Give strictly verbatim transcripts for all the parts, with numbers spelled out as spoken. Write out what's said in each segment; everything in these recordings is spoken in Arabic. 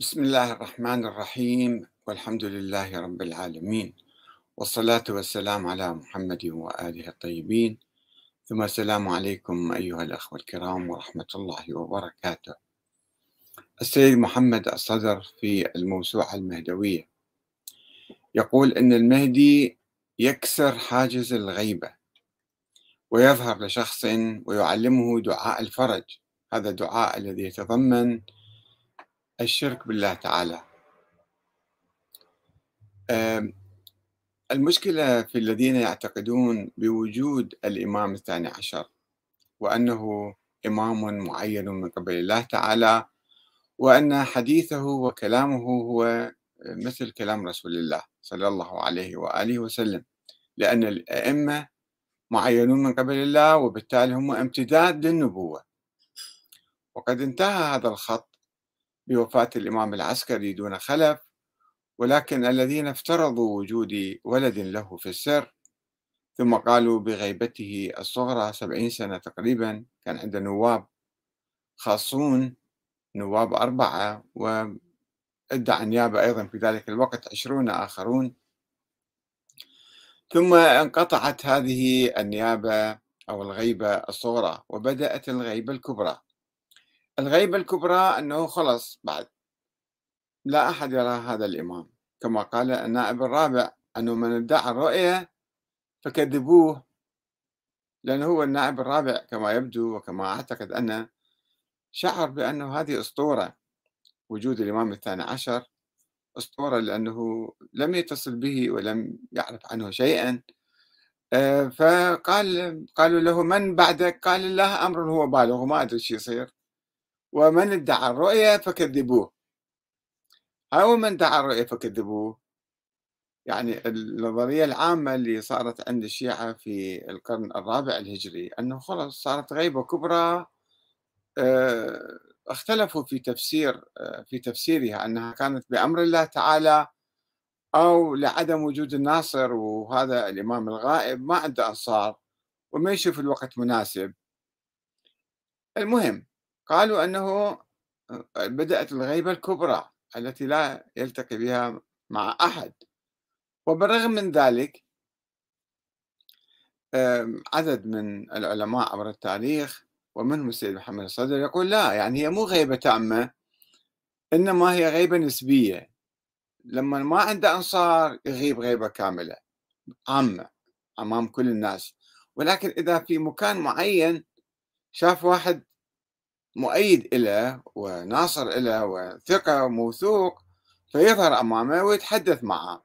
بسم الله الرحمن الرحيم والحمد لله رب العالمين والصلاة والسلام على محمد وآله الطيبين ثم السلام عليكم أيها الأخوة الكرام ورحمة الله وبركاته. السيد محمد الصدر في الموسوعة المهدوية يقول إن المهدي يكسر حاجز الغيبة ويظهر لشخص ويعلمه دعاء الفرج. هذا الدعاء الذي يتضمن الشرك بالله تعالى. المشكلة في الذين يعتقدون بوجود الإمام الثاني عشر وأنه إمام معين من قبل الله تعالى، وأن حديثه وكلامه هو مثل كلام رسول الله صلى الله عليه وآله وسلم، لأن الأئمة معينون من قبل الله وبالتالي هم امتداد للنبوة. وقد انتهى هذا الخط بوفاة الإمام العسكري دون خلف، ولكن الذين افترضوا وجود ولد له في السر ثم قالوا بغيبته الصغرى سبعين سنة تقريبا، كان عنده نواب خاصون، نواب أربعة، وادعى النيابة أيضا في ذلك الوقت عشرون آخرون، ثم انقطعت هذه النيابة أو الغيبة الصغرى وبدأت الغيبة الكبرى. الغيبة الكبرى أنه خلص بعد لا أحد يرى هذا الإمام، كما قال النائب الرابع أنه من ادعى الرؤية فكذبوه، لأنه هو النائب الرابع كما يبدو وكما أعتقد أنا شعر بأنه هذه أسطورة، وجود الإمام الثاني عشر أسطورة، لأنه لم يتصل به ولم يعرف عنه شيئا. آه، فقال قالوا له من بعدك؟ قال الله أمر هو بالغ ما أدري شو يصير، ومن ادعى الرؤية فكذبوه. هو من ادعى الرؤية فكذبوه، يعني النظرية العامة اللي صارت عند الشيعة في القرن الرابع الهجري أنه خلص صارت غيبة كبرى. آه، اختلفوا في تفسير آه، في تفسيرها أنها كانت بأمر الله تعالى أو لعدم وجود الناصر، وهذا الإمام الغائب ما عنده أنصار وما يشوف الوقت مناسب. المهم قالوا أنه آه، بدأت الغيبة الكبرى التي لا يلتقي بها مع أحد. وبالرغم من ذلك آم، عدد من العلماء عبر التاريخ ومنهم السيد محمد الصدر يقول لا، يعني هي مو غيبة تامة، إنما هي غيبة نسبية. لما ما عنده أنصار يغيب غيبة كاملة عامة أمام كل الناس، ولكن إذا في مكان معين شاف واحد مؤيد له وناصر له وثقة وموثوق فيظهر أمامه ويتحدث معه.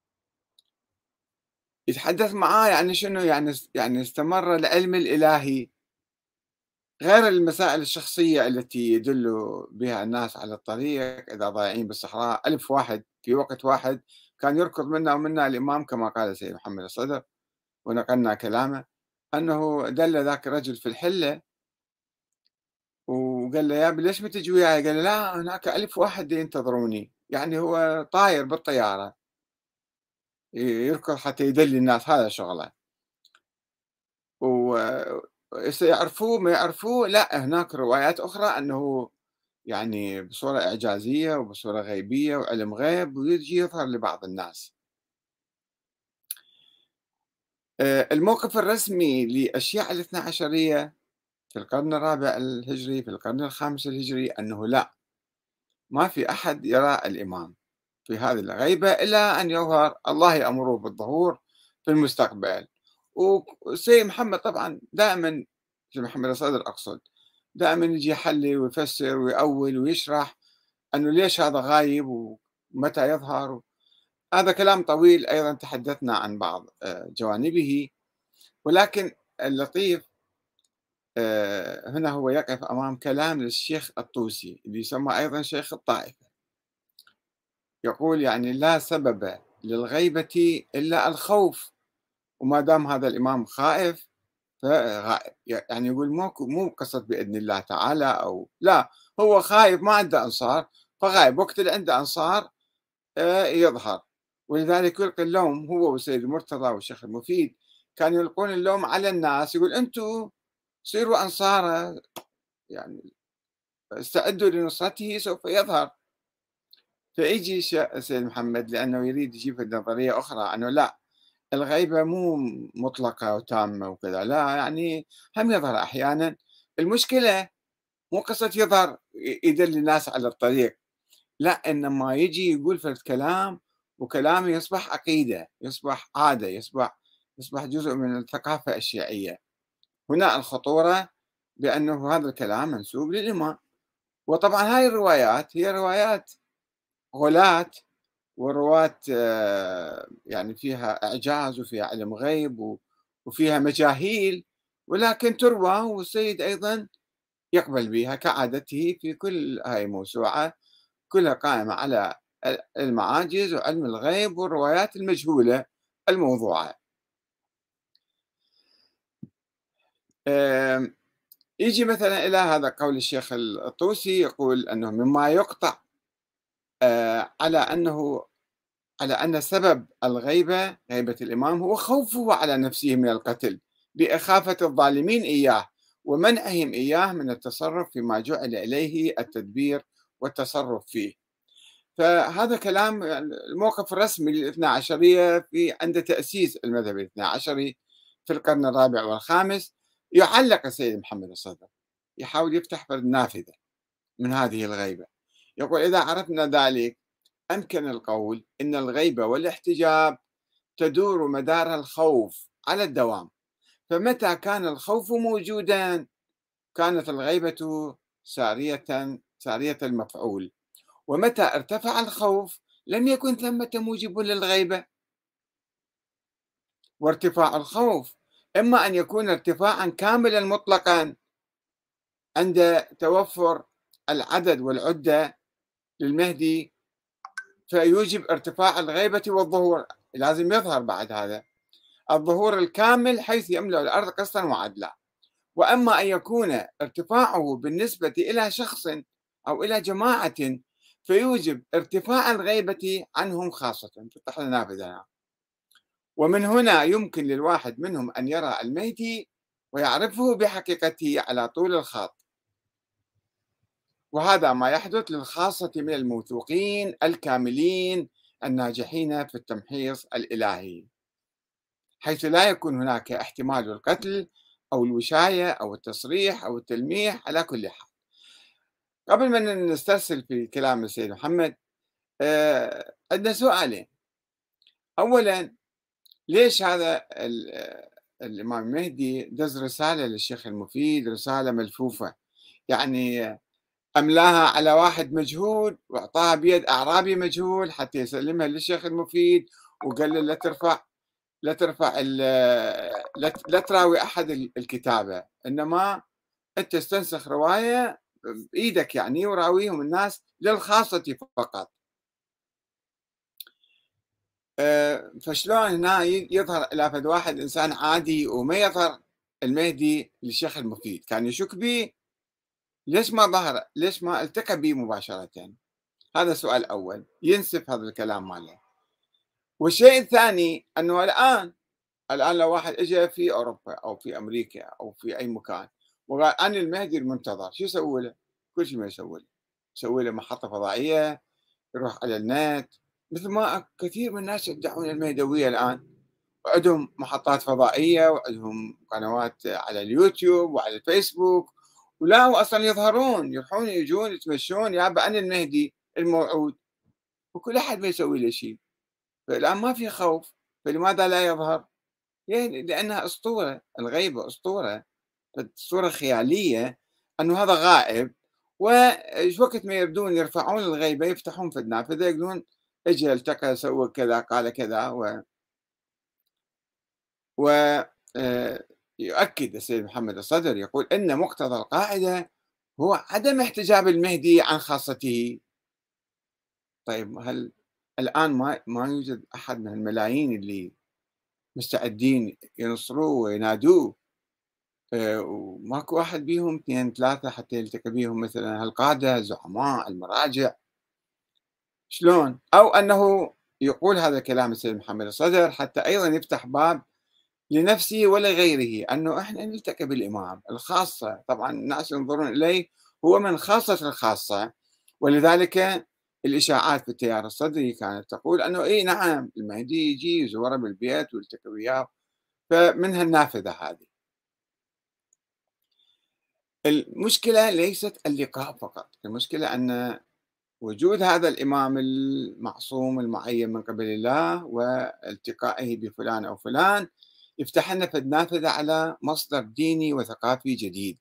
يتحدث معاه يعني شنو؟ يعني يعني استمر العلم الإلهي، غير المسائل الشخصية التي يدل بها الناس على الطريق. إذا ضايعين بالصحراء ألف واحد في وقت واحد كان يركض منا ومنا الإمام، كما قال السيد محمد الصدر ونقلنا كلامه، أنه دل ذاك الرجل في الحلة وقال له يا ابني ليش ما تجي وياي؟ قال له لا هناك ألف واحد ينتظروني، يعني هو طاير بالطيارة يركض حتى يدلي الناس، هذا شغله. ويعرفوه ما يعرفوه لا، هناك روايات أخرى أنه يعني بصورة إعجازية وبصورة غيبية وعلم غيب ويجي يظهر لبعض الناس. آه، الموقف الرسمي للشيعة الاثنى عشرية في القرن الرابع الهجري في القرن الخامس الهجري أنه لا، ما في أحد يرى الإمام في هذه الغيبة إلا أن يظهر، الله يأمره بالظهور في المستقبل. والسيد محمد طبعا دائما، سيد محمد الصدر أقصد، دائما يجي يحلي ويفسر ويأول ويشرح أنه ليش هذا غايب ومتى يظهر. هذا كلام طويل أيضا تحدثنا عن بعض آه، جوانبه، ولكن اللطيف آه، هنا هو يقف أمام كلام للشيخ الطوسي اللي يسمى أيضا شيخ الطائفة. يقول يعني لا سبب للغيبة إلا الخوف، وما دام هذا الإمام خائف فغائب. يعني يقول مو مو قصد بإذن الله تعالى أو لا، هو خايف ما عنده أنصار فغائب، وقت اللي عنده أنصار آه، يظهر. ولذلك يلقي اللوم هو والسيد المرتضى والشيخ المفيد، كانوا يلقون اللوم على الناس، يقول أنتم صيروا أنصاره، يعني استعدوا لنصرته سوف يظهر. فيجي ش السيد محمد لأنه يريد يجيب نظرية أخرى أنه لأ، الغيبة مو مطلقة وتامة وكذا، لا يعني هم يظهر أحيانًا. المشكلة مو قصة يظهر ي يدل الناس على الطريق، لأ إنما يجي يقول فد كلام وكلامه يصبح عقيدة، يصبح عادة، يصبح يصبح جزء من الثقافة الشيعية. هنا الخطورة بأنه هذا الكلام منسوب للإمام، وطبعًا هاي الروايات هي روايات غُلاة ورواة آآ يعني فيها إعجاز وفيها علم غيب و وفيها مجاهيل، ولكن تروى والسيد أيضًا يقبل بها كعادته في كل هاي الموسوعة، كلها قائمة على ال المعاجز وعلم الغيب والروايات المجهولة الموضوعة. آمم يجي مثلًا إلى هذا قول الشيخ ال الطوسي يقول أنه مما يُقطع آآ على أنه على أن سبب الغيبة غيبة الإمام هو خوفه على نفسه من القتل بإخافة الظالمين إياه ومنعهم إياه من التصرف فيما جعل إليه التدبير والتصرف فيه. فهذا كلام يعني الموقف الرسمي للاثنى عشرية في عند تأسيس المذهب الاثنى عشري في القرن الرابع والخامس. يعلق السيد محمد الصدر يحاول يفتح فرد نافذة من هذه الغيبة، يقول إذا عرفنا ذلك أمكن القول إن الغيبة والاحتجاب تدور مدار الخوف على الدوام، فمتى كان الخوف موجودا كانت الغيبة سارية سارية المفعول، ومتى ارتفع الخوف لم يكن ثمة موجب للغيبة. وارتفاع الخوف إما أن يكون ارتفاعا كاملا مطلقا عند توفر العدد والعدة للمهدي فيوجب ارتفاع الغيبة والظهور، لازم يظهر بعد هذا الظهور الكامل حيث يملأ الأرض قسطا وعدلا. وأما أن يكون ارتفاعه بالنسبة إلى شخص أو إلى جماعة فيوجب ارتفاع الغيبة عنهم خاصة. فتح لنا نافذة. ومن هنا يمكن للواحد منهم أن يرى المهدي ويعرفه بحقيقته على طول الخط، وهذا ما يحدث للخاصة من الموثوقين الكاملين الناجحين في التمحيص الإلهي، حيث لا يكون هناك احتمال القتل أو الوشاية أو التصريح أو التلميح على كل حال. قبل ما نسترسل في كلام السيد محمد آه، عندنا سؤالين. أولا، ليش هذا ال- الإمام المهدي دز رسالة للشيخ المفيد، رسالة ملفوفة يعني أملاها على واحد مجهول وأعطاها بيد أعرابي مجهول حتى يسلمها للشيخ المفيد، وقال له لا ترفع لا ترفع ال لا ت لا تراوي أحد ال الكتابة، إنما أنت استنسخ رواية بإيدك يعني وراويهم الناس للخاصة فقط. آآ، فشلون هنا ي يظهر إلى فد واحد إنسان عادي وما يظهر المهدي للشيخ المفيد، كان يشك بيه، ليش ما ظهر؟ ليش ما التقى بيه مباشرةً؟ هذا سؤال أول، ينسف هذا الكلام ماله. والشيء الثاني أنه الآن الآن لو واحد إجا في أوروبا أو في أمريكا أو في أي مكان وقال أنا المهدي المنتظر، شو يسوي له؟ كل شيء ما يسوي له، يسوي له محطة فضائية، يروح على النت، مثل ما كثير من الناس يدعون المهدوية الآن، وعندهم محطات فضائية وعندهم قنوات على اليوتيوب وعلى الفيسبوك، ولا أصلا يظهرون يروحون يجون يتمشون يابا أنا المهدي الموعود، وكل أحد ما يسوي له شيء. فالآن ما في خوف، فلماذا لا يظهر؟ يعني لأنها أسطورة، الغيبة أسطورة، أسطورة خيالية أنه هذا غائب، وإيش وقت ما يردون يرفعون الغيبة يفتحون في النافذة يقولون اجى التقى سوى كذا قال كذا و, و... آه، يؤكد السيد محمد الصدر يقول أن مقتضى القاعدة هو عدم احتجاب المهدي عن خاصته. طيب هل الآن ما ما يوجد أحد من الملايين اللي مستعدين ينصروه وينادوه آآ وماكو واحد بيهم اثنين ثلاثة حتى يلتقي بيهم مثلًا هالقادة، الزعماء، المراجع، شلون؟ أو أنه يقول هذا الكلام السيد محمد الصدر حتى أيضًا يفتح باب لنفسه ولغيره أنه إحنا نلتقي بالإمام، الخاصة طبعًا الناس ينظرون إليه هو من خاصة الخاصة، ولذلك الإشاعات في التيار الصدري كانت تقول أنه إي نعم المهدي يجي يزوره بالبيت ويلتقي وياه، فمنها النافذة هذه. المشكلة ليست اللقاء فقط، المشكلة أن وجود هذا الإمام المعصوم المعين من قبل الله والتقائه بفلان أو فلان يفتح لنا فد نافذة على مصدر ديني وثقافي جديد،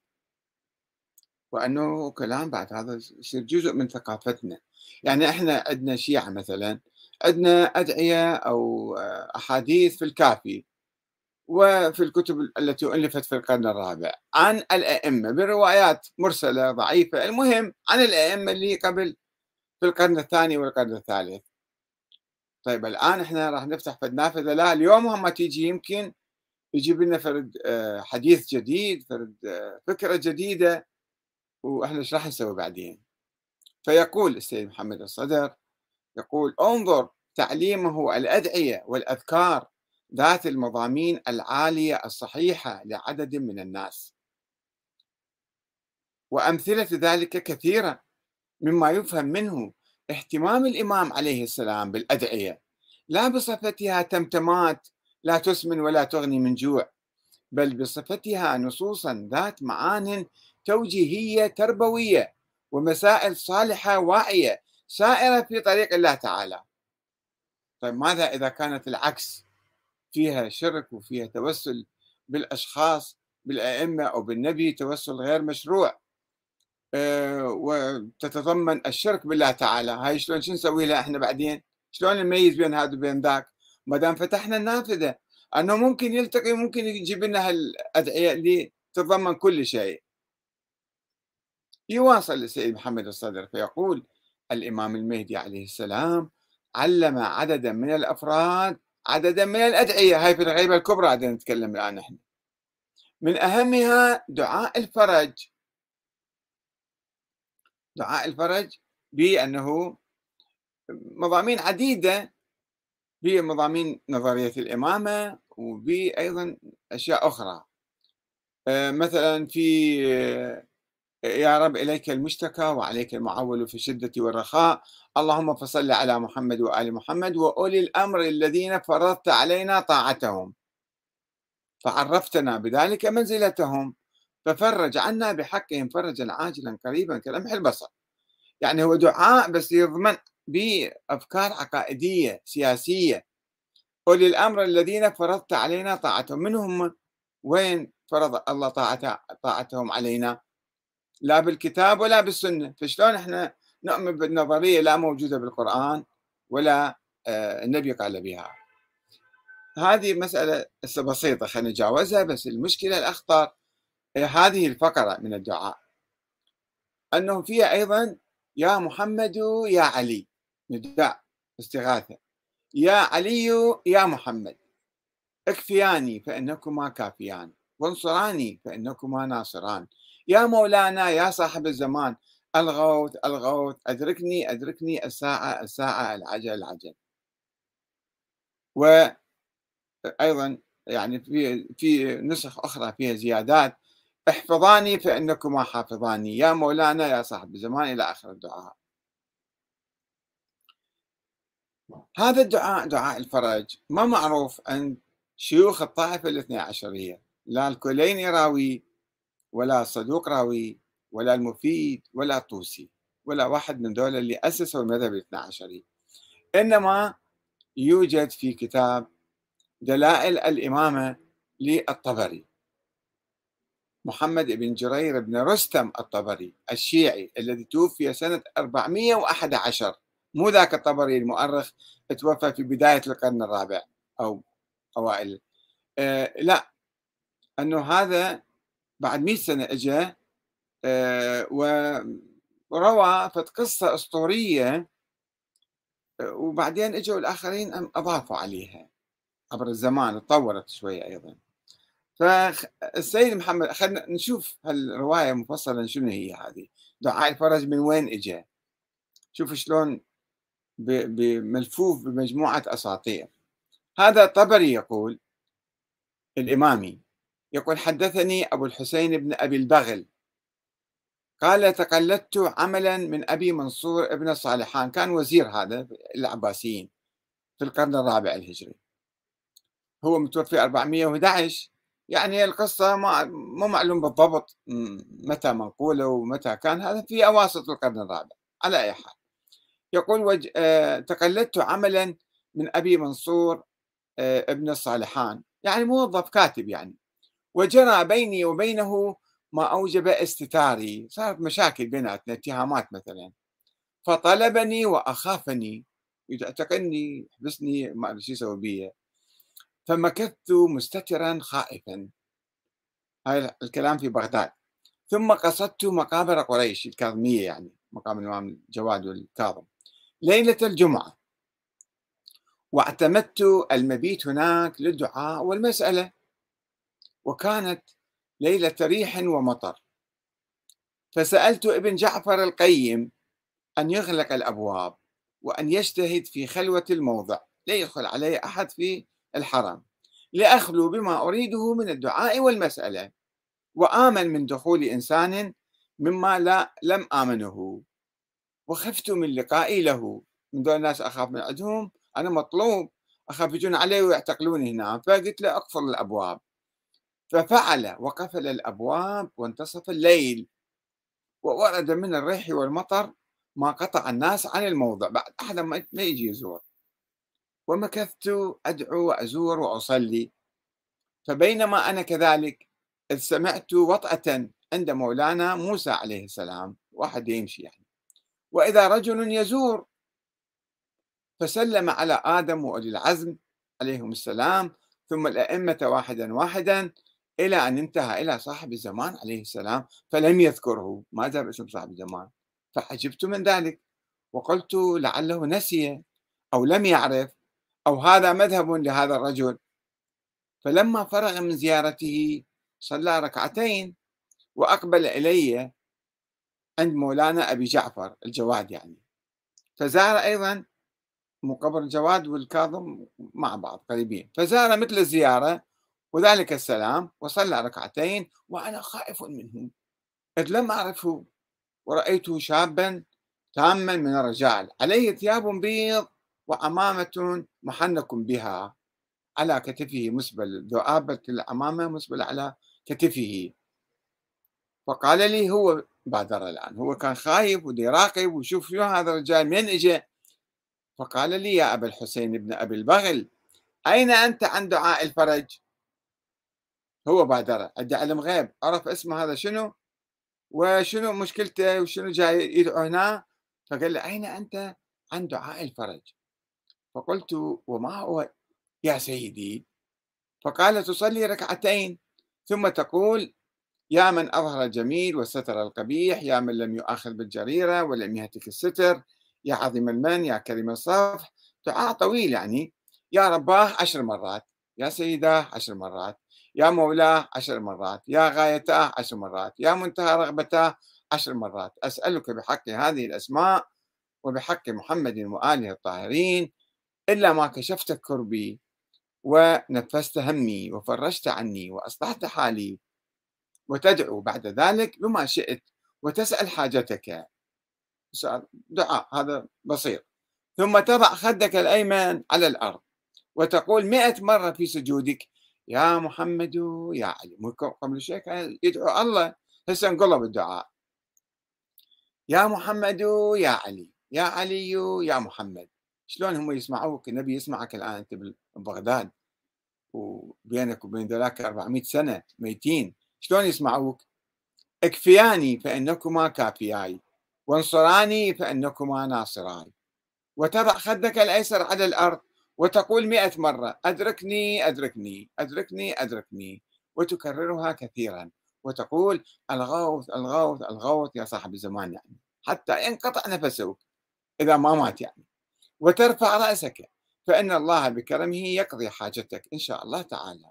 وأنه كلام بعد هذا يصير جزء من ثقافتنا. يعني إحنا عندنا شيعة مثلا، عندنا أدعية أو أحاديث في الكافي وفي الكتب التي ألفت في القرن الرابع عن الأئمة بروايات مرسلة ضعيفة، المهم عن الأئمة اللي قبل في القرن الثاني والقرن الثالث. طيب الآن إحنا راح نفتح فد نافذة، لا اليوم هم تيجي يمكن يجيب لنا فرد آه، حديث جديد، فرد آه، فكرة جديدة، وإحنا إيش راح نسوي بعدين؟ فيقول السيد محمد الصدر، يقول انظر تعليمه الأدعية والأذكار ذات المضامين العالية الصحيحة لعدد من الناس، وأمثلة ذلك كثيرة، مما يفهم منه اهتمام الإمام عليه السلام بالأدعية لا بصفتها تمتمات لا تسمن ولا تغني من جوع، بل بصفتها نصوصا ذات معان توجيهية تربوية ومسائل صالحة واعية سائرة في طريق الله تعالى. طيب ماذا إذا كانت العكس، فيها شرك وفيها توسل بالأشخاص بالأئمة أو بالنبي توسل غير مشروع، آه، وتتضمن الشرك بالله تعالى، هاي شلون شو نسوي لها احنا بعدين؟ شلون نميز بين هذا وبين ذاك؟ ما دام فتحنا النافذة أنه ممكن يلتقي، ممكن يجيب لنا هالأدعية اللي تتضمن كل شيء. يواصل السيد محمد الصدر فيقول الإمام المهدي عليه السلام علم عددا من الأفراد عددا من الأدعية، هاي في الغيبة الكبرى عندنا نتكلم الآن نحن، من أهمها دعاء الفرج. دعاء الفرج بأنه مضامين عديدة، بمضامين نظرية الإمامة وبأيضا أشياء أخرى، آه، مثلا في آه، يا رب إليك المشتكى وعليك المعول في الشدة والرخاء، اللهم فصل على محمد وآل محمد وأولي الأمر الذين فرضت علينا طاعتهم فعرفتنا بذلك منزلتهم ففرج عنا بحقهم فرجا عاجلا قريبا كلمح البصر. يعني هو دعاء بس يضمن بأفكار عقائدية سياسية. أولي الأمر الذين فرضت علينا طاعتهم، من هم؟ وين فرض الله طاعته طاعتهم علينا؟ لا بالكتاب ولا بالسنة، فشلون احنا نؤمن بالنظرية لا موجودة بالقرآن ولا آه، النبي قال بها؟ هذه مسألة هسه بسيطة خلينا نتجاوزها، بس المشكلة الأخطر هي هذه الفقرة من الدعاء، أنه فيها أيضا يا محمد يا علي، نداء استغاثة، يا علي يا محمد اكفياني فإنكما كافيان وانصراني فإنكما ناصران، يا مولانا يا صاحب الزمان الغوث الغوث أدركني أدركني الساعة الساعة العجل العجل. وأيضا يعني في في نسخ أخرى فيها زيادات، احفظاني فإنكما حافظاني يا مولانا يا صاحب الزمان إلى آخر الدعاء. هذا الدعاء دعاء الفرج ما معروف عند شيوخ الطائفة الاثنى عشرية، لا الكليني راوي ولا الصدوق راوي ولا المفيد ولا الطوسي ولا واحد من دول اللي أسسوا المذهب الاثنى عشري، إنما يوجد في كتاب دلائل الإمامة للطبري، محمد بن جرير بن رستم الطبري الشيعي الذي توفي سنة أربعمئة وأحد عشر، مو ذاك الطبري المؤرخ توفى في بداية القرن الرابع أو أوائل، آه لا، أنه هذا بعد مئة سنة إجا آه وروى فد قصة أسطورية، آه وبعدين إجوا الآخرين أم أضافوا عليها عبر الزمان، تطورت شوية أيضا. فالسيد محمد خلينا نشوف هالرواية مفصلا شنو هي هذه دعاء الفرج من وين إجا. شوف شلون ب- بملفوف بمجموعة أساطير. هذا الطبري يقول الإمامي يقول حدثني أبو الحسين بن أبي البغل قال: تقلدت عملا من أبي منصور ابن الصالحان، كان وزير هذا العباسيين في القرن الرابع الهجري، هو متوفي أربعمئة وأحد عشر. يعني القصة ما مو معلوم بالضبط م- متى منقولة ومتى كان، هذا في أواسط القرن الرابع. على أي حال، يقول: وج... آه، تقلدت عملا من أبي منصور آه، ابن الصالحان، يعني موظف كاتب يعني، وجرى بيني وبينه ما أوجب استتاري، صارت مشاكل بيناتنا، اتهامات مثلا، فطلبني وأخافني، يعتقلني يحبسني، ما أدري شو يسوي بي، فمكثت مستترا خائفا. هاي الكلام في بغداد. ثم قصدت مقابر قريش الكاظمية، يعني مقام الإمام جواد والكاظم، ليلة الجمعة، واعتمدت المبيت هناك للدعاء والمسألة، وكانت ليلة ريح ومطر، فسألت ابن جعفر القيم أن يغلق الأبواب، وأن يجتهد في خلوة الموضع، لا يدخل علي أحد في الحرم، لأخلو بما أريده من الدعاء والمسألة، وآمن من دخول إنسان مما لا لم آمنه، وخفت من لقائي له. من دول الناس أخاف من عندهم، أنا مطلوب، أخاف يجون علي ويعتقلوني هنا، فقلت له أقفل الأبواب، ففعل وقفل الأبواب، وانتصف الليل، وورد من الريح والمطر ما قطع الناس عن الموضع، بعد أحد ما ما يجي يزور، ومكثت أدعو وأزور وأصلي. فبينما أنا كذلك، إذ سمعت وطأة عند مولانا موسى عليه السلام، واحد يمشي يعني، وإذا رجل يزور، فسلم على آدم وأولي العزم عليهم السلام، ثم الأئمة واحدا واحدا، إلى أن انتهى إلى صاحب الزمان عليه السلام، فلم يذكره، ما جاب اسم صاحب الزمان، فعجبت من ذلك، وقلت لعله نسي أو لم يعرف، أو هذا مذهب لهذا الرجل. فلما فرغ من زيارته صلى ركعتين، وأقبل إلي عند مولانا أبي جعفر الجواد يعني، فزار أيضا مقابر الجواد والكاظم مع بعض قريبين، فزار مثل الزيارة وذلك السلام، وصلى ركعتين وأنا خائف منه، إذ لم أعرفه، ورأيته شابا تاما من الرجال، عليه ثياب بيض وعمامة محنك بها على كتفه مسبل، ذؤابة العمامة مسبل على كتفه. فقال لي، هو بادر الآن، هو كان خايف ودي يراقب ويشوف شو هذا الرجال من إجا. فقال لي: يا أبا الحسين بن أبي البغل، أين أنت عن دعاء الفرج؟ هو بادر، عنده علم غيب، عرف اسمه هذا شنو وشنو مشكلته وشنو جاي يدعو هنا. فقال لي: أين أنت عن دعاء الفرج؟ فقلت: وما هو يا سيدي؟ فقال: تصلي ركعتين، ثم تقول: يا من أظهر الجميل وستر القبيح، يا من لم يؤاخذ بالجريرة ولم يهتك الستر، يا عظيم المن، يا كريم الصفح. دعاء طويل يعني. يا رباه عشر مرات، يا سيداه عشر مرات، يا مولاه عشر مرات، يا غايتاه عشر مرات، يا منتهى رغبتاه عشر مرات، أسألك بحق هذه الأسماء وبحق محمد وآله الطاهرين، إلا ما كشفت كربي ونفست همي وفرجت عني وأصلحت حالي، وتدعو بعد ذلك بما شئت وتسأل حاجتك. دعاء هذا بسيط. ثم تضع خدك الأيمن على الأرض، وتقول مئة مرة في سجودك: يا محمد يا علي. قبل شيء كان يدعو الله، هسه انقلب الدعاء: يا محمد يا علي، يا علي يا محمد. شلون هم يسمعوك؟ النبي يسمعك الآن أنت ببغداد، وبينك وبين ذولاك أربعمئة سنة ميتين، شلون يسمعوك؟ اكفياني فإنكما كافياي، وانصراني فإنكما ناصراي. وتضع خدك الأيسر على الأرض، وتقول مئة مرة: أدركني أدركني أدركني أدركني، وتكررها كثيرا، وتقول: الغوث الغوث الغوث يا صاحب الزمان، يعني حتى ينقطع نفسك إذا ما مات يعني. وترفع رأسك، فإن الله بكرمه يقضي حاجتك إن شاء الله تعالى.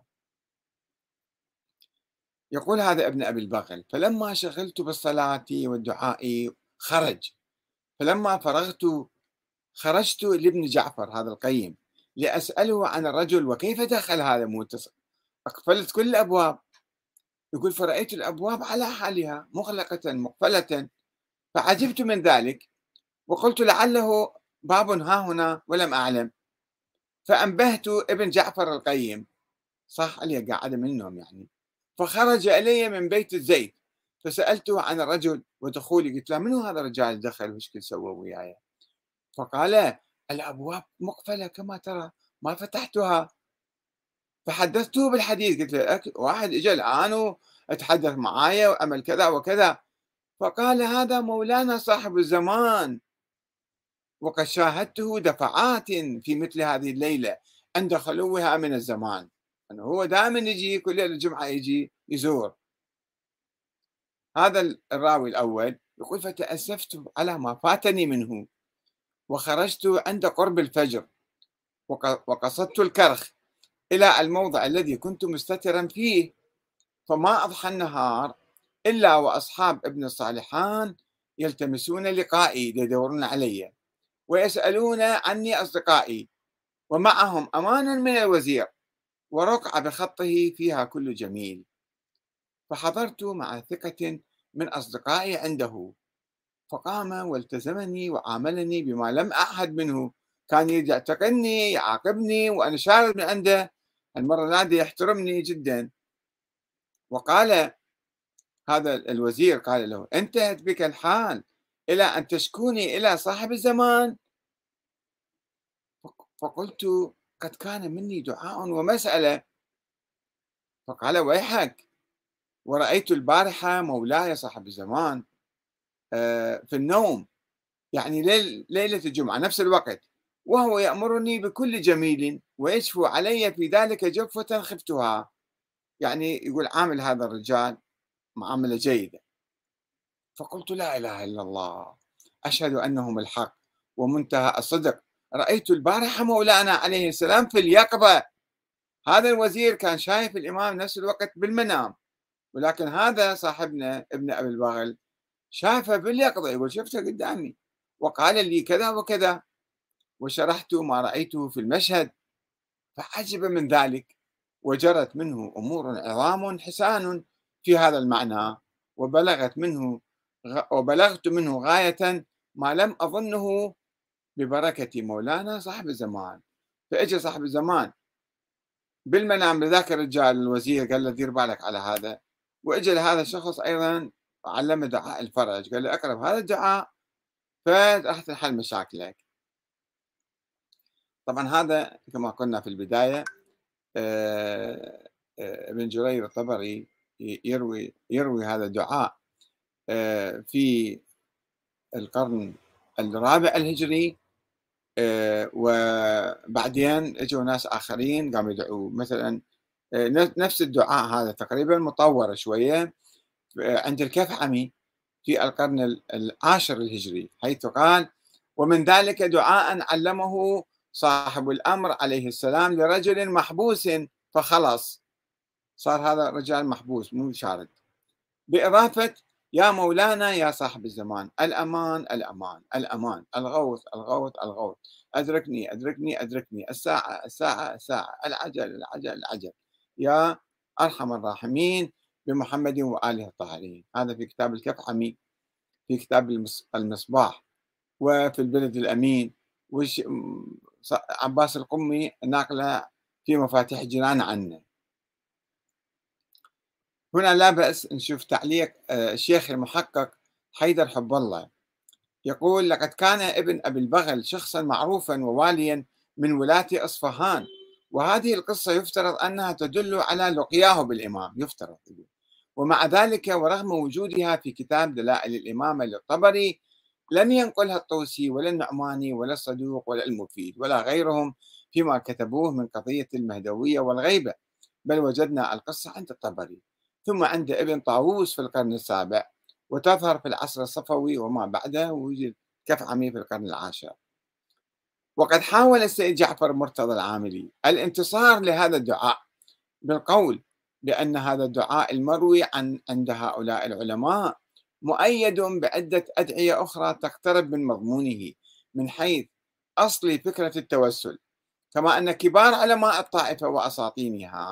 يقول هذا ابن أبي البغل: فلما شغلت بالصلاة والدعاء خرج، فلما فرغت خرجت لابن جعفر هذا القيم لأسأله عن الرجل وكيف دخل هذا متصل. أقفلت كل الأبواب، يقول فرأيت الأبواب على حالها مغلقة مقفلة، فعجبت من ذلك وقلت لعله باب ها هنا ولم أعلم، فأنبهت ابن جعفر القيم، صح علي قاعدة منهم يعني، فخرج إلي من بيت الزيت فسألته عن الرجل ودخولي، قلت له منو هذا الرجال دخل وش كل سوى وياي؟ فقال الأبواب مقفلة كما ترى ما فتحتها. فحدثته بالحديث، قلت له أك- واحد اجى الآن وتحدث معايا وعمل كذا وكذا، فقال هذا مولانا صاحب الزمان، وقد شاهدته دفعات في مثل هذه الليلة عند خلوها من الزمان، أنه هو دائما يجي كل ليلة الجمعة يجي يزور. هذا الراوي الأول يقول فتأسفت على ما فاتني منه وخرجت عند قرب الفجر وق- وقصدت الكرخ إلى الموضع الذي كنت مستترا فيه، فما أضحى النهار إلا وأصحاب ابن الصالحان يلتمسون لقائي يدورون علي ويسألون عني أصدقائي، ومعهم أمانا من الوزير ورقعة بخطه فيها كل جميل، فحضرت مع ثقة من أصدقائي عنده، فقام والتزمني وعاملني بما لم أعهد منه، كان يجي يعتقلني يعاقبني وأنا شارد من عنده، المرة هذه يحترمني جدا. وقال هذا الوزير قال له انتهت بك الحال إلى أن تشكوني إلى صاحب الزمان؟ فقلت قد كان مني دعاء ومسألة. فقال ويحك، ورأيت البارحة مولاي صاحب الزمان آه، في النوم، يعني ليل ليلة الجمعة نفس الوقت، وهو يأمرني بكل جميل ويشفو علي في ذلك جفوة خفتها، يعني يقول عامل هذا الرجال معاملة جيدة. فقلت لا إله إلا الله، أشهد أنهم الحق ومنتهى الصدق، رأيت البارحة مولانا عليه السلام في اليقظة. هذا الوزير كان شايف الإمام نفس الوقت بالمنام، ولكن هذا صاحبنا ابن أبي البغل شافه باليقظة، يقول شفته قدامي وقال لي كذا وكذا، وشرحت ما رأيته في المشهد، فعجب من ذلك وجرت منه أمور عظام حسان في هذا المعنى، وبلغت منه وبلغت منه غاية ما لم أظنه ببركة مولانا صاحب الزمان. فإجى صاحب الزمان بالمنام لذاك الرجال الوزير قال له دير بالك على هذا، وإجى لهذا الشخص أيضا علمه دعاء الفرج، قال له اقرأ هذا الدعاء فراح تنحل مشاكلك. طبعا هذا كما قلنا في البداية آه، آه، ابن جرير الطبري يروي يروي هذا الدعاء آه، في القرن الرابع الهجري، آه، وبعدين اجوا ناس اخرين قاموا يدعوا مثلا آه، نفس الدعاء هذا تقريبا مطور شويه آه، عند الكفعمي في القرن العاشر الهجري، حيث قال ومن ذلك دعاء علمه صاحب الامر عليه السلام لرجل محبوس فخلص، صار هذا رجال محبوس مو شارد، بإضافة يا مولانا يا صاحب الزمان الأمان الأمان الأمان، الغوث الغوث الغوث، أدركني أدركني أدركني، الساعة الساعة الساعة، العجل العجل العجل، يا أرحم الراحمين بمحمد وآله الطاهرين. هذا في كتاب الكفعمي في كتاب المص- المصباح، وفي البلد الأمين، وش عباس القمي ناقله في مفاتيح جنان عنه. هنا لا بأس نشوف تعليق آه، الشيخ المحقق حيدر حب الله، يقول لقد كان ابن أبي البغل شخصا معروفا وواليا من ولاة أصفهان، وهذه القصة يفترض أنها تدل على لقياه بالإمام، يفترض، ومع ذلك ورغم وجودها في كتاب دلائل الإمامة للطبري لم ينقلها الطوسي ولا النعماني ولا الصدوق ولا المفيد ولا غيرهم فيما كتبوه من قضية المهدوية والغيبة، بل وجدنا القصة عند الطبري ثم عند ابن طاووس في القرن السابع، وتظهر في العصر الصفوي وما بعده، ويوجد كفعمي في القرن العاشر. وقد حاول السيد جعفر مرتضى العاملي الانتصار لهذا الدعاء بالقول بأن هذا الدعاء المروي عن عند هؤلاء العلماء مؤيد بعدة أدعية أخرى تقترب من مضمونه من حيث أصل فكرة التوسل، كما أن كبار علماء الطائفة وأساطينها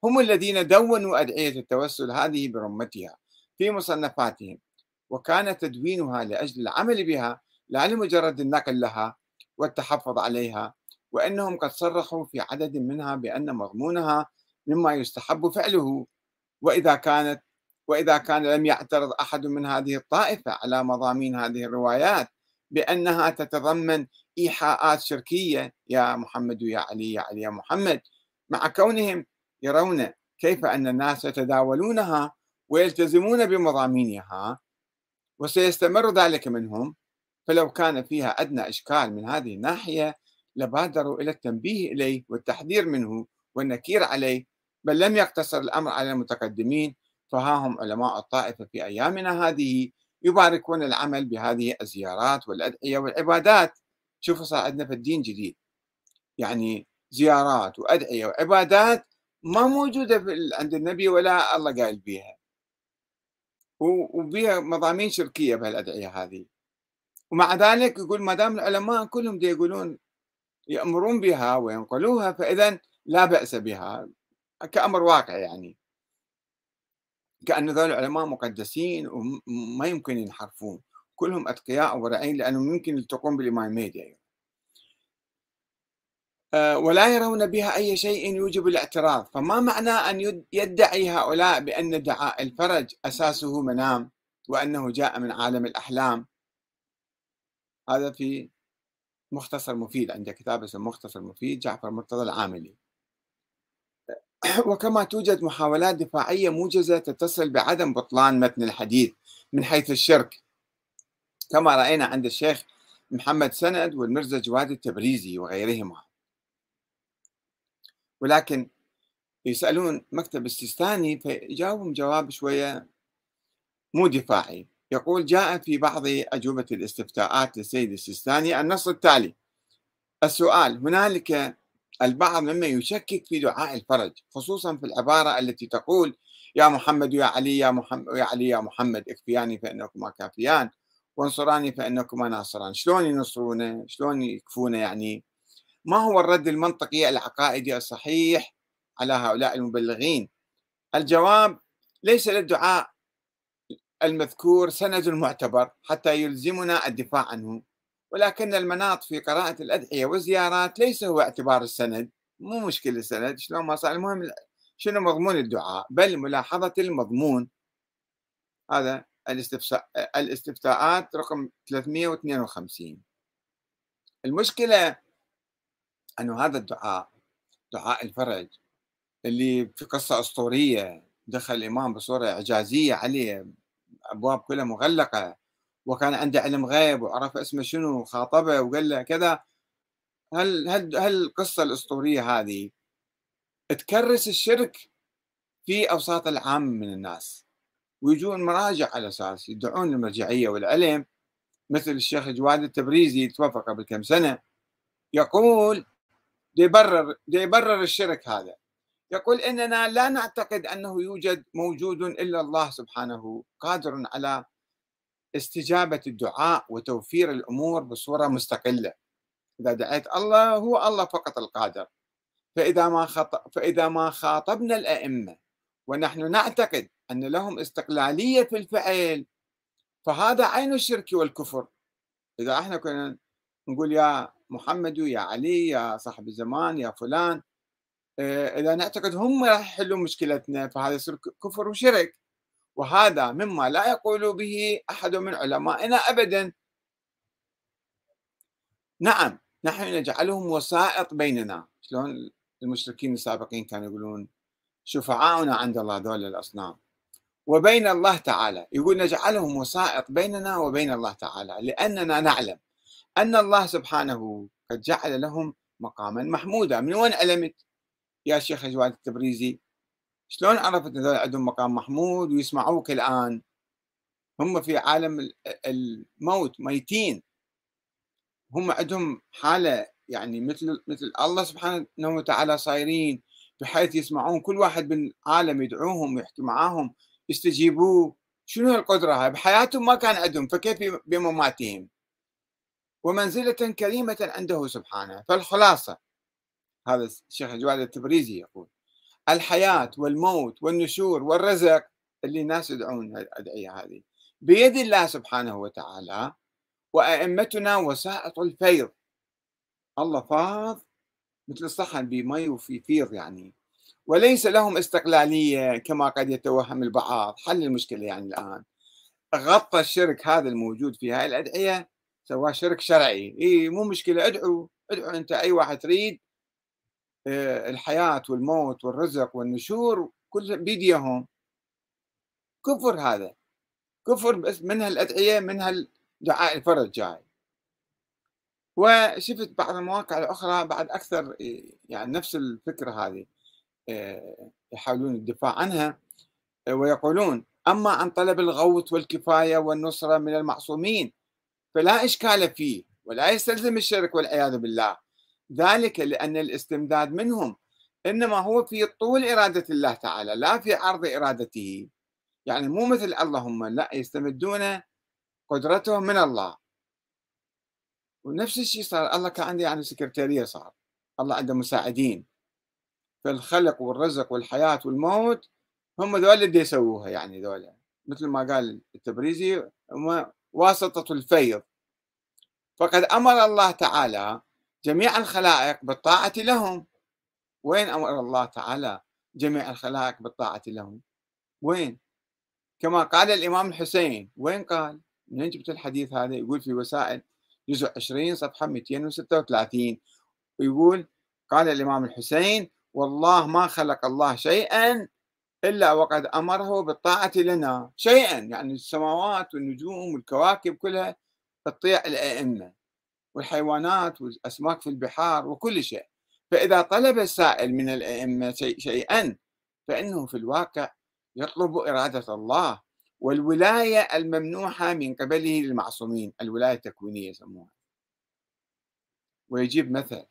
هم الذين دونوا أدعية التوسل هذه برمتها في مصنفاتهم، وكان تدوينها لأجل العمل بها لا لمجرد النقل لها والتحفظ عليها، وأنهم قد صرحوا في عدد منها بأن مضمونها مما يستحب فعله. وإذا كانت وإذا كان لم يعترض أحد من هذه الطائفة على مضامين هذه الروايات بأنها تتضمن إيحاءات شركية، يا محمد يا علي يا علي يا محمد، مع كونهم يرون كيف أن الناس يتداولونها ويلتزمون بمضامينها وسيستمر ذلك منهم، فلو كان فيها أدنى إشكال من هذه الناحية لبادروا إلى التنبيه إليه والتحذير منه والنكير عليه، بل لم يقتصر الأمر على المتقدمين، فها هم علماء الطائفة في أيامنا هذه يباركون العمل بهذه الزيارات والأدعية والعبادات. شوفوا صار عندنا في الدين جديد، يعني زيارات وأدعية وعبادات ما موجودة في عند النبي ولا الله قايل بيها، وبيها مضامين شركية بهالأدعية هذه، ومع ذلك يقول ما دام العلماء كلهم دي يقولون يأمرون بها وينقلوها فإذا لا بأس بها كأمر واقع، يعني كأن ذول العلماء مقدسين وما يمكن ينحرفون، كلهم أتقياء وورعين لأنهم يمكن يلتقون بالإمام المهدي يعني. أه ولا يرون بها أي شيء يوجب الاعتراض، فما معنى أن يدعي هؤلاء بأن دعاء الفرج أساسه منام وأنه جاء من عالم الأحلام؟ هذا في مختصر مفيد، عنده كتاب اسمه مختصر مفيد جعفر مرتضى العاملي. وكما توجد محاولات دفاعية موجزة تتصل بعدم بطلان متن الحديث من حيث الشرك، كما رأينا عند الشيخ محمد سند والمرزا جواد التبريزي وغيرهما. ولكن يسألون مكتب السيستاني فيجاوبهم جواب شوية مو دفاعي، يقول جاء في بعض أجوبة الاستفتاءات للسيد السيستاني النص التالي: السؤال: هنالك البعض ممن يشكك في دعاء الفرج، خصوصا في العبارة التي تقول يا محمد يا علي يا محمد يا علي يا محمد اكفياني فإنكما كافيان وانصراني فإنكما ناصران. شلون ينصرونه؟ شلون يكفونه؟ يعني ما هو الرد المنطقي العقائدي الصحيح على هؤلاء المبلغين؟ الجواب: ليس للدعاء المذكور سند معتبر حتى يلزمنا الدفاع عنه، ولكن المناط في قراءة الأدعية والزيارات ليس هو اعتبار السند، مو مشكلة السند شلون ما صار، المهم شنو مضمون الدعاء، بل ملاحظة المضمون. هذا الاستفساء الاستفتاءات رقم ثلاثمئة واثنين وخمسين. المشكلة أنه هذا الدعاء دعاء الفرج اللي في قصة أسطورية دخل الإمام بصورة إعجازية عليه، أبواب كلها مغلقة، وكان عنده علم غيب وعرف اسمه شنو وخاطبه وقال له كذا. هل هل هل القصة الأسطورية هذه تكرس الشرك في أوساط العام من الناس، ويجون مراجع على أساس يدعون المرجعية والعلم، مثل الشيخ جواد التبريزي توفى قبل كم سنة، يقول دي يبرر دي يبرر الشرك هذا، يقول إننا لا نعتقد أنه يوجد موجود إلا الله سبحانه قادر على استجابة الدعاء وتوفير الأمور بصورة مستقلة. إذا دعيت الله هو الله فقط القادر، فإذا ما خط... فإذا ما خاطبنا الأئمة ونحن نعتقد أن لهم استقلالية في الفعل فهذا عين الشرك والكفر. إذا احنا كنا نقول يا محمد يا علي يا صاحب الزمان يا فلان، إذا نعتقد هم راح يحلوا مشكلتنا فهذا يصير كفر وشرك، وهذا مما لا يقول به أحد من علمائنا أبدا. نعم نحن نجعلهم وسائط بيننا، شلون المشركين السابقين كانوا يقولون شفعاؤنا عند الله ذول الأصنام، وبين الله تعالى، يقول نجعلهم وسائط بيننا وبين الله تعالى لأننا نعلم أن الله سبحانه قد جعل لهم مقاما محمودا. من وين علمت يا شيخ جواد التبريزي؟ شلون عرفت أن ذول عندهم مقام محمود ويسمعوك الآن؟ هم في عالم الموت ميتين، هم عندهم حالة يعني مثل مثل الله سبحانه وتعالى صايرين، بحيث يسمعون كل واحد بالعالم يدعوهم ويحكي معاهم يستجيبوه. شنو هالقدرة هاي؟ بحياتهم ما كان عندهم، فكيف بمماتهم؟ ومنزلة كريمة عنده سبحانه. فالخلاصة، هذا الشيخ جواد التبريزي يقول الحياة والموت والنشور والرزق اللي الناس يدعون الأدعية هذه بيد الله سبحانه وتعالى، وأئمتنا وسائط الفيض. الله فاض مثل الصحن بمي وفي فيض يعني، وليس لهم استقلالية كما قد يتوهم البعض. حل المشكلة يعني الآن غطى الشرك هذا الموجود في هاي الأدعية، سواه شرك شرعي. إيه مو مشكلة، ادعوا ادعوا أنت أي واحد تريد. آه، الحياة والموت والرزق والنشور كل بيديهم. كفر هذا، كفر بس من هالأدعية، من هالدعاء الفرج جاي. وشفت بعض المواقع الأخرى بعد أكثر، إيه، يعني نفس الفكرة هذه، آه، يحاولون الدفاع عنها، آه، ويقولون: أما عن طلب الغوث والكفاية والنصرة من المعصومين فلا إشكال فيه ولا يستلزم الشرك والعياذ بالله، ذلك لأن الاستمداد منهم إنما هو في طول إرادة الله تعالى لا في عرض إرادته. يعني مو مثل اللهم، لا، يستمدون قدرتهم من الله. ونفس الشيء صار، الله كان عنده يعني سكرتيرية، صار الله عنده مساعدين في الخلق والرزق والحياة والموت، هم ذول اللي يسووها يعني ذولا. مثل ما قال التبريزي: هم واسطة الفيض. فقد أمر الله تعالى جميع الخلائق بالطاعة لهم. وين أمر الله تعالى جميع الخلائق بالطاعة لهم؟ وين؟ كما قال الإمام الحسين. وين قال؟ منين جبت الحديث هذا؟ يقول في وسائل جزء عشرين صفحة مئتين وستة وثلاثين، ويقول: قال الإمام الحسين: والله ما خلق الله شيئا إلا وقد أمره بالطاعة لنا. شيئا يعني السماوات والنجوم والكواكب كلها تطيع الأئمة، والحيوانات والأسماك في البحار وكل شيء. فإذا طلب السائل من الأئمة شيء شيئا فإنه في الواقع يطلب إرادة الله والولاية الممنوحة من قبله للمعصومين، الولاية التكوينية يسموها. ويجيب مثل،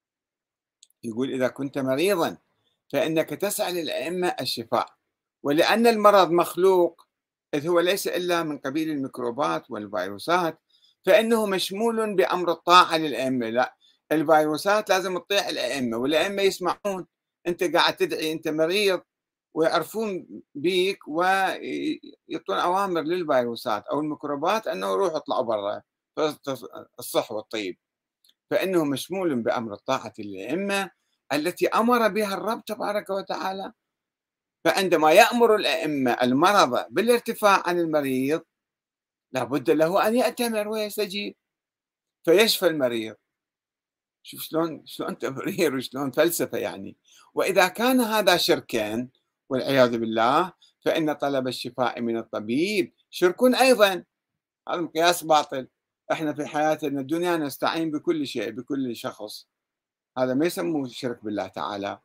يقول: إذا كنت مريضا فإنك تسأل الأئمة الشفاء، ولأن المرض مخلوق إذ هو ليس إلا من قبيل الميكروبات والفيروسات فإنه مشمول بأمر الطاعة للأئمة. لا، الفيروسات لازم تطيع الأئمة، والأئمة يسمعون أنت قاعد تدعي أنت مريض، ويعرفون بيك ويعطون أوامر للفيروسات أو الميكروبات أنه روحوا اطلعوا برا الصح والطيب. فإنه مشمول بأمر الطاعة للأئمة التي أمر بها الرب تبارك وتعالى. فعندما يأمر الأئمة المرضى بالارتفاع عن المريض لابد له أن يأتمر ويستجيب فيشفى المريض. شوف شلون شلون تبرير وشلون فلسفة يعني. وإذا كان هذا شركا والعياذ بالله فإن طلب الشفاء من الطبيب شرك أيضا. هذا مقياس باطل. احنا في حياتنا الدنيا نستعين بكل شيء بكل شخص، هذا ما يسموه شرك بالله تعالى.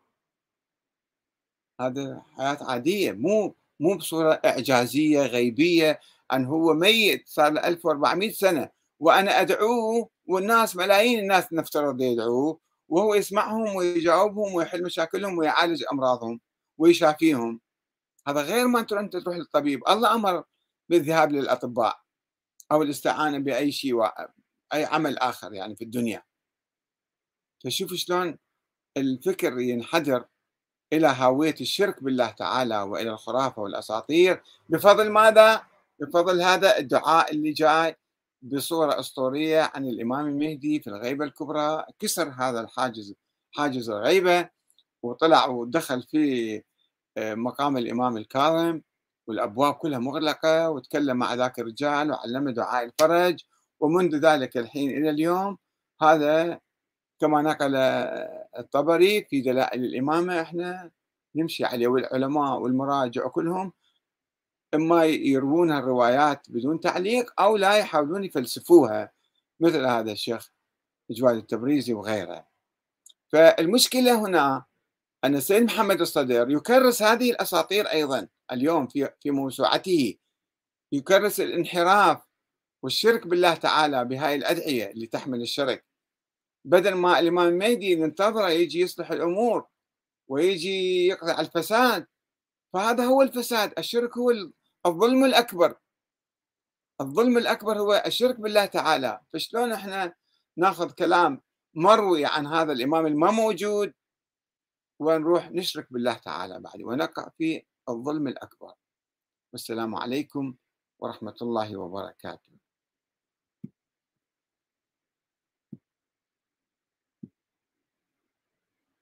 هذا حياة عادية، مو مو بصورة إعجازية غيبية أن هو ميت صار له ألف وأربعمئة سنة وأنا أدعوه والناس ملايين الناس نفترض يدعوه وهو يسمعهم ويجاوبهم ويحل مشاكلهم ويعالج أمراضهم ويشافيهم. هذا غير ما أنت أنت تروح للطبيب. الله أمر بالذهاب للأطباء أو الاستعانة بأي شيء و... أي عمل آخر يعني في الدنيا. فشوف شلون الفكر ينحدر إلى هاوية الشرك بالله تعالى وإلى الخرافة والأساطير بفضل ماذا؟ بفضل هذا الدعاء اللي جاي بصورة أسطورية عن الإمام المهدي في الغيبة الكبرى. كسر هذا الحاجز، حاجز الغيبة، وطلع ودخل في آه، مقام الإمام الكاظم والأبواب كلها مغلقة، وتكلم مع ذاك الرجال وعلمه دعاء الفرج. ومنذ ذلك الحين إلى اليوم هذا كما نقل الطبري في دلائل الإمامة احنا نمشي عليه، والعلماء والمراجع كلهم إما يروون الروايات بدون تعليق أو لا يحاولون يفلسفوها مثل هذا الشيخ جواد التبريزي وغيره. فالمشكلة هنا أن السيد محمد الصدر يكرس هذه الأساطير أيضا اليوم في في موسوعته، يكرس الانحراف والشرك بالله تعالى بهاي الأدعية اللي تحمل الشرك، بدل ما الإمام المهدي ننتظره يجي يصلح الأمور ويجي يقضي على الفساد. فهذا هو الفساد، الشرك هو الظلم الأكبر. الظلم الأكبر هو الشرك بالله تعالى. فشلون احنا ناخذ كلام مروي عن هذا الإمام الما موجود ونروح نشرك بالله تعالى بعد ونقع في الظلم الأكبر. والسلام عليكم ورحمة الله وبركاته.